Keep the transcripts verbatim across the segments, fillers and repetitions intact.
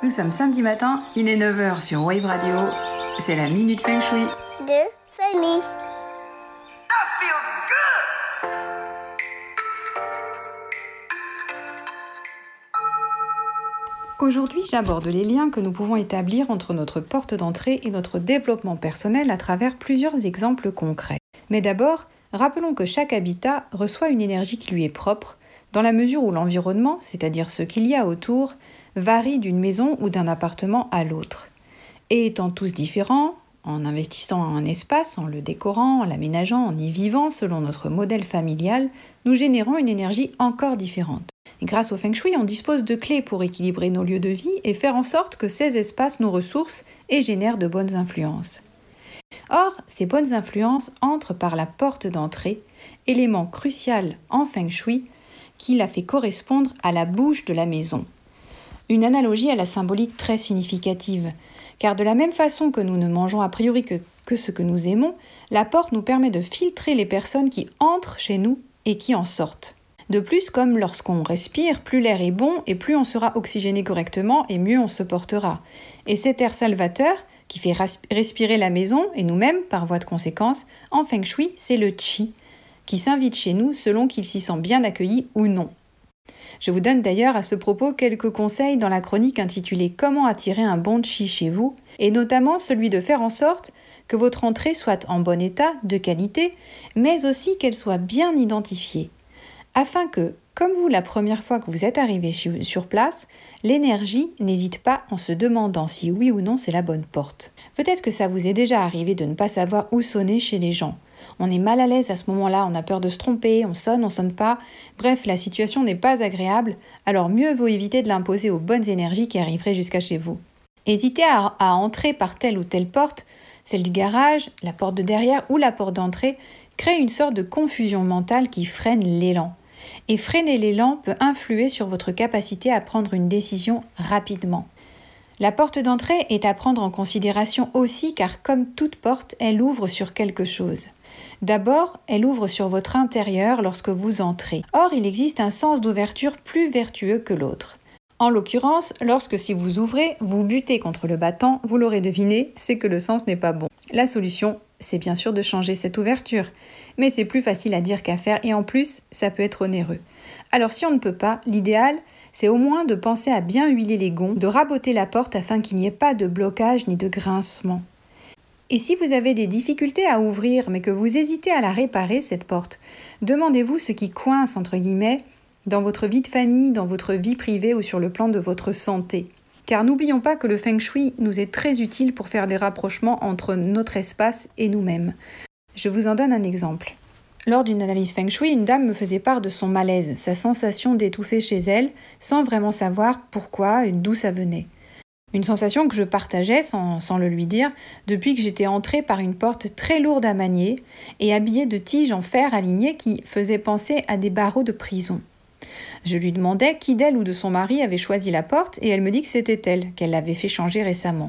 Nous sommes samedi matin, il est neuf heures sur Wave Radio. C'est la Minute Feng Shui. De Fanny. Aujourd'hui, j'aborde les liens que nous pouvons établir entre notre porte d'entrée et notre développement personnel à travers plusieurs exemples concrets. Mais d'abord, rappelons que chaque habitat reçoit une énergie qui lui est propre, dans la mesure où l'environnement, c'est-à-dire ce qu'il y a autour, varie d'une maison ou d'un appartement à l'autre. Et étant tous différents, en investissant en un espace, en le décorant, en l'aménageant, en y vivant selon notre modèle familial, nous générons une énergie encore différente. Et grâce au Feng Shui, on dispose de clés pour équilibrer nos lieux de vie et faire en sorte que ces espaces nous ressourcent et génèrent de bonnes influences. Or, ces bonnes influences entrent par la porte d'entrée, élément crucial en Feng Shui qui la fait correspondre à la bouche de la maison. Une analogie à la symbolique très significative, car de la même façon que nous ne mangeons a priori que, que ce que nous aimons, la porte nous permet de filtrer les personnes qui entrent chez nous et qui en sortent. De plus, comme lorsqu'on respire, plus l'air est bon et plus on sera oxygéné correctement et mieux on se portera. Et cet air salvateur, qui fait respirer la maison et nous-mêmes par voie de conséquence, en Feng Shui, c'est le Qi, qui s'invite chez nous selon qu'il s'y sent bien accueilli ou non. Je vous donne d'ailleurs à ce propos quelques conseils dans la chronique intitulée « Comment attirer un bon Qi chez vous ?» et notamment celui de faire en sorte que votre entrée soit en bon état, de qualité, mais aussi qu'elle soit bien identifiée, afin que, comme vous la première fois que vous êtes arrivé sur place, l'énergie n'hésite pas en se demandant si oui ou non c'est la bonne porte. Peut-être que ça vous est déjà arrivé de ne pas savoir où sonner chez les gens. On est mal à l'aise à ce moment-là, on a peur de se tromper, on sonne, on sonne pas. Bref, la situation n'est pas agréable, alors mieux vaut éviter de l'imposer aux bonnes énergies qui arriveraient jusqu'à chez vous. Hésitez à, à entrer par telle ou telle porte, celle du garage, la porte de derrière ou la porte d'entrée, crée une sorte de confusion mentale qui freine l'élan. Et freiner l'élan peut influer sur votre capacité à prendre une décision rapidement. La porte d'entrée est à prendre en considération aussi car comme toute porte, elle ouvre sur quelque chose. D'abord, elle ouvre sur votre intérieur lorsque vous entrez. Or, il existe un sens d'ouverture plus vertueux que l'autre. En l'occurrence, lorsque si vous ouvrez, vous butez contre le battant, vous l'aurez deviné, c'est que le sens n'est pas bon. La solution, c'est bien sûr de changer cette ouverture. Mais c'est plus facile à dire qu'à faire et en plus, ça peut être onéreux. Alors si on ne peut pas, l'idéal, c'est au moins de penser à bien huiler les gonds, de raboter la porte afin qu'il n'y ait pas de blocage ni de grincement. Et si vous avez des difficultés à ouvrir, mais que vous hésitez à la réparer, cette porte, demandez-vous ce qui coince, entre guillemets, dans votre vie de famille, dans votre vie privée ou sur le plan de votre santé. Car n'oublions pas que le Feng Shui nous est très utile pour faire des rapprochements entre notre espace et nous-mêmes. Je vous en donne un exemple. Lors d'une analyse Feng Shui, une dame me faisait part de son malaise, sa sensation d'étouffer chez elle, sans vraiment savoir pourquoi et d'où ça venait. Une sensation que je partageais, sans, sans le lui dire, depuis que j'étais entrée par une porte très lourde à manier et habillée de tiges en fer alignées qui faisaient penser à des barreaux de prison. Je lui demandais qui d'elle ou de son mari avait choisi la porte et elle me dit que c'était elle, qu'elle l'avait fait changer récemment.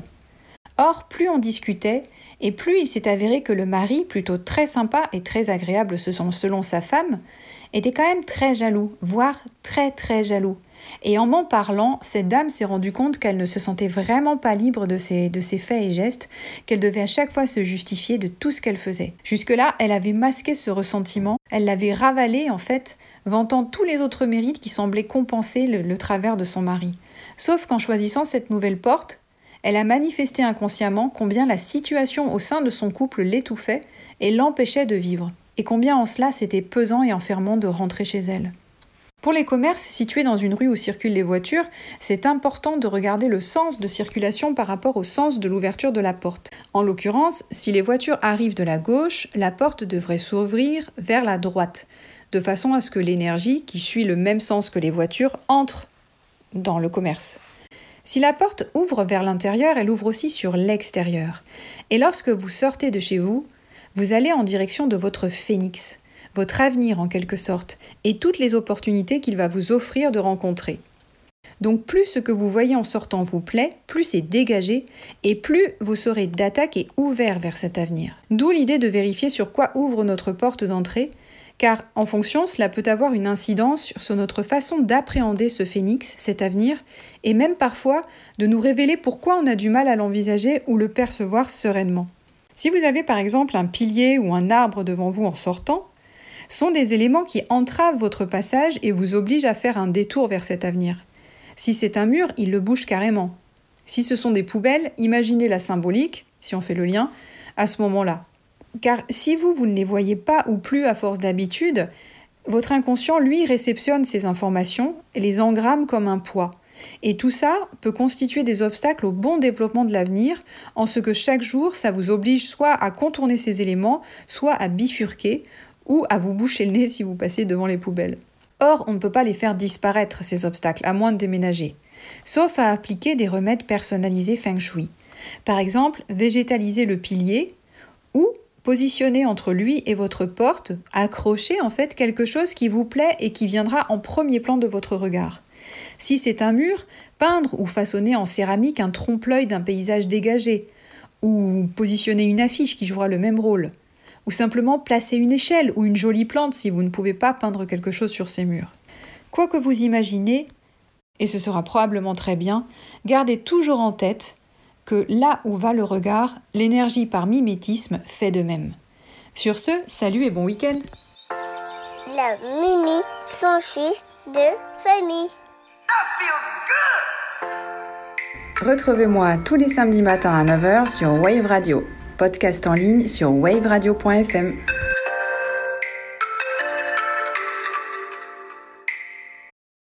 Or, plus on discutait, et plus il s'est avéré que le mari, plutôt très sympa et très agréable selon sa femme, était quand même très jaloux, voire très très jaloux. Et en m'en parlant, cette dame s'est rendue compte qu'elle ne se sentait vraiment pas libre de ses, de ses faits et gestes, qu'elle devait à chaque fois se justifier de tout ce qu'elle faisait. Jusque-là, elle avait masqué ce ressentiment, elle l'avait ravalé en fait, vantant tous les autres mérites qui semblaient compenser le, le travers de son mari. Sauf qu'en choisissant cette nouvelle porte, elle a manifesté inconsciemment combien la situation au sein de son couple l'étouffait et l'empêchait de vivre, et combien en cela c'était pesant et enfermant de rentrer chez elle. Pour les commerces situés dans une rue où circulent les voitures, c'est important de regarder le sens de circulation par rapport au sens de l'ouverture de la porte. En l'occurrence, si les voitures arrivent de la gauche, la porte devrait s'ouvrir vers la droite, de façon à ce que l'énergie, qui suit le même sens que les voitures, entre dans le commerce. Si la porte ouvre vers l'intérieur, elle ouvre aussi sur l'extérieur. Et lorsque vous sortez de chez vous, vous allez en direction de votre phénix, votre avenir en quelque sorte, et toutes les opportunités qu'il va vous offrir de rencontrer. Donc plus ce que vous voyez en sortant vous plaît, plus c'est dégagé, et plus vous serez d'attaque et ouvert vers cet avenir. D'où l'idée de vérifier sur quoi ouvre notre porte d'entrée, car en fonction, cela peut avoir une incidence sur notre façon d'appréhender ce phénix, cet avenir, et même parfois de nous révéler pourquoi on a du mal à l'envisager ou le percevoir sereinement. Si vous avez par exemple un pilier ou un arbre devant vous en sortant, sont des éléments qui entravent votre passage et vous obligent à faire un détour vers cet avenir. Si c'est un mur, il le bouge carrément. Si ce sont des poubelles, imaginez la symbolique, si on fait le lien, à ce moment-là. Car si vous, vous ne les voyez pas ou plus à force d'habitude, votre inconscient, lui, réceptionne ces informations et les engramme comme un poids. Et tout ça peut constituer des obstacles au bon développement de l'avenir, en ce que chaque jour, ça vous oblige soit à contourner ces éléments, soit à bifurquer, ou à vous boucher le nez si vous passez devant les poubelles. Or, on ne peut pas les faire disparaître, ces obstacles, à moins de déménager, sauf à appliquer des remèdes personnalisés Feng Shui. Par exemple, végétaliser le pilier, ou positionner entre lui et votre porte, accrocher en fait quelque chose qui vous plaît et qui viendra en premier plan de votre regard. Si c'est un mur, peindre ou façonner en céramique un trompe-l'œil d'un paysage dégagé, ou positionner une affiche qui jouera le même rôle, ou simplement placer une échelle ou une jolie plante si vous ne pouvez pas peindre quelque chose sur ces murs. Quoi que vous imaginez, et ce sera probablement très bien, gardez toujours en tête que là où va le regard, l'énergie par mimétisme fait de même. Sur ce, salut et bon week-end. La mini Feng Shui de famille. Retrouvez-moi tous les samedis matins à neuf heures sur Wave Radio, podcast en ligne sur wave radio point f m.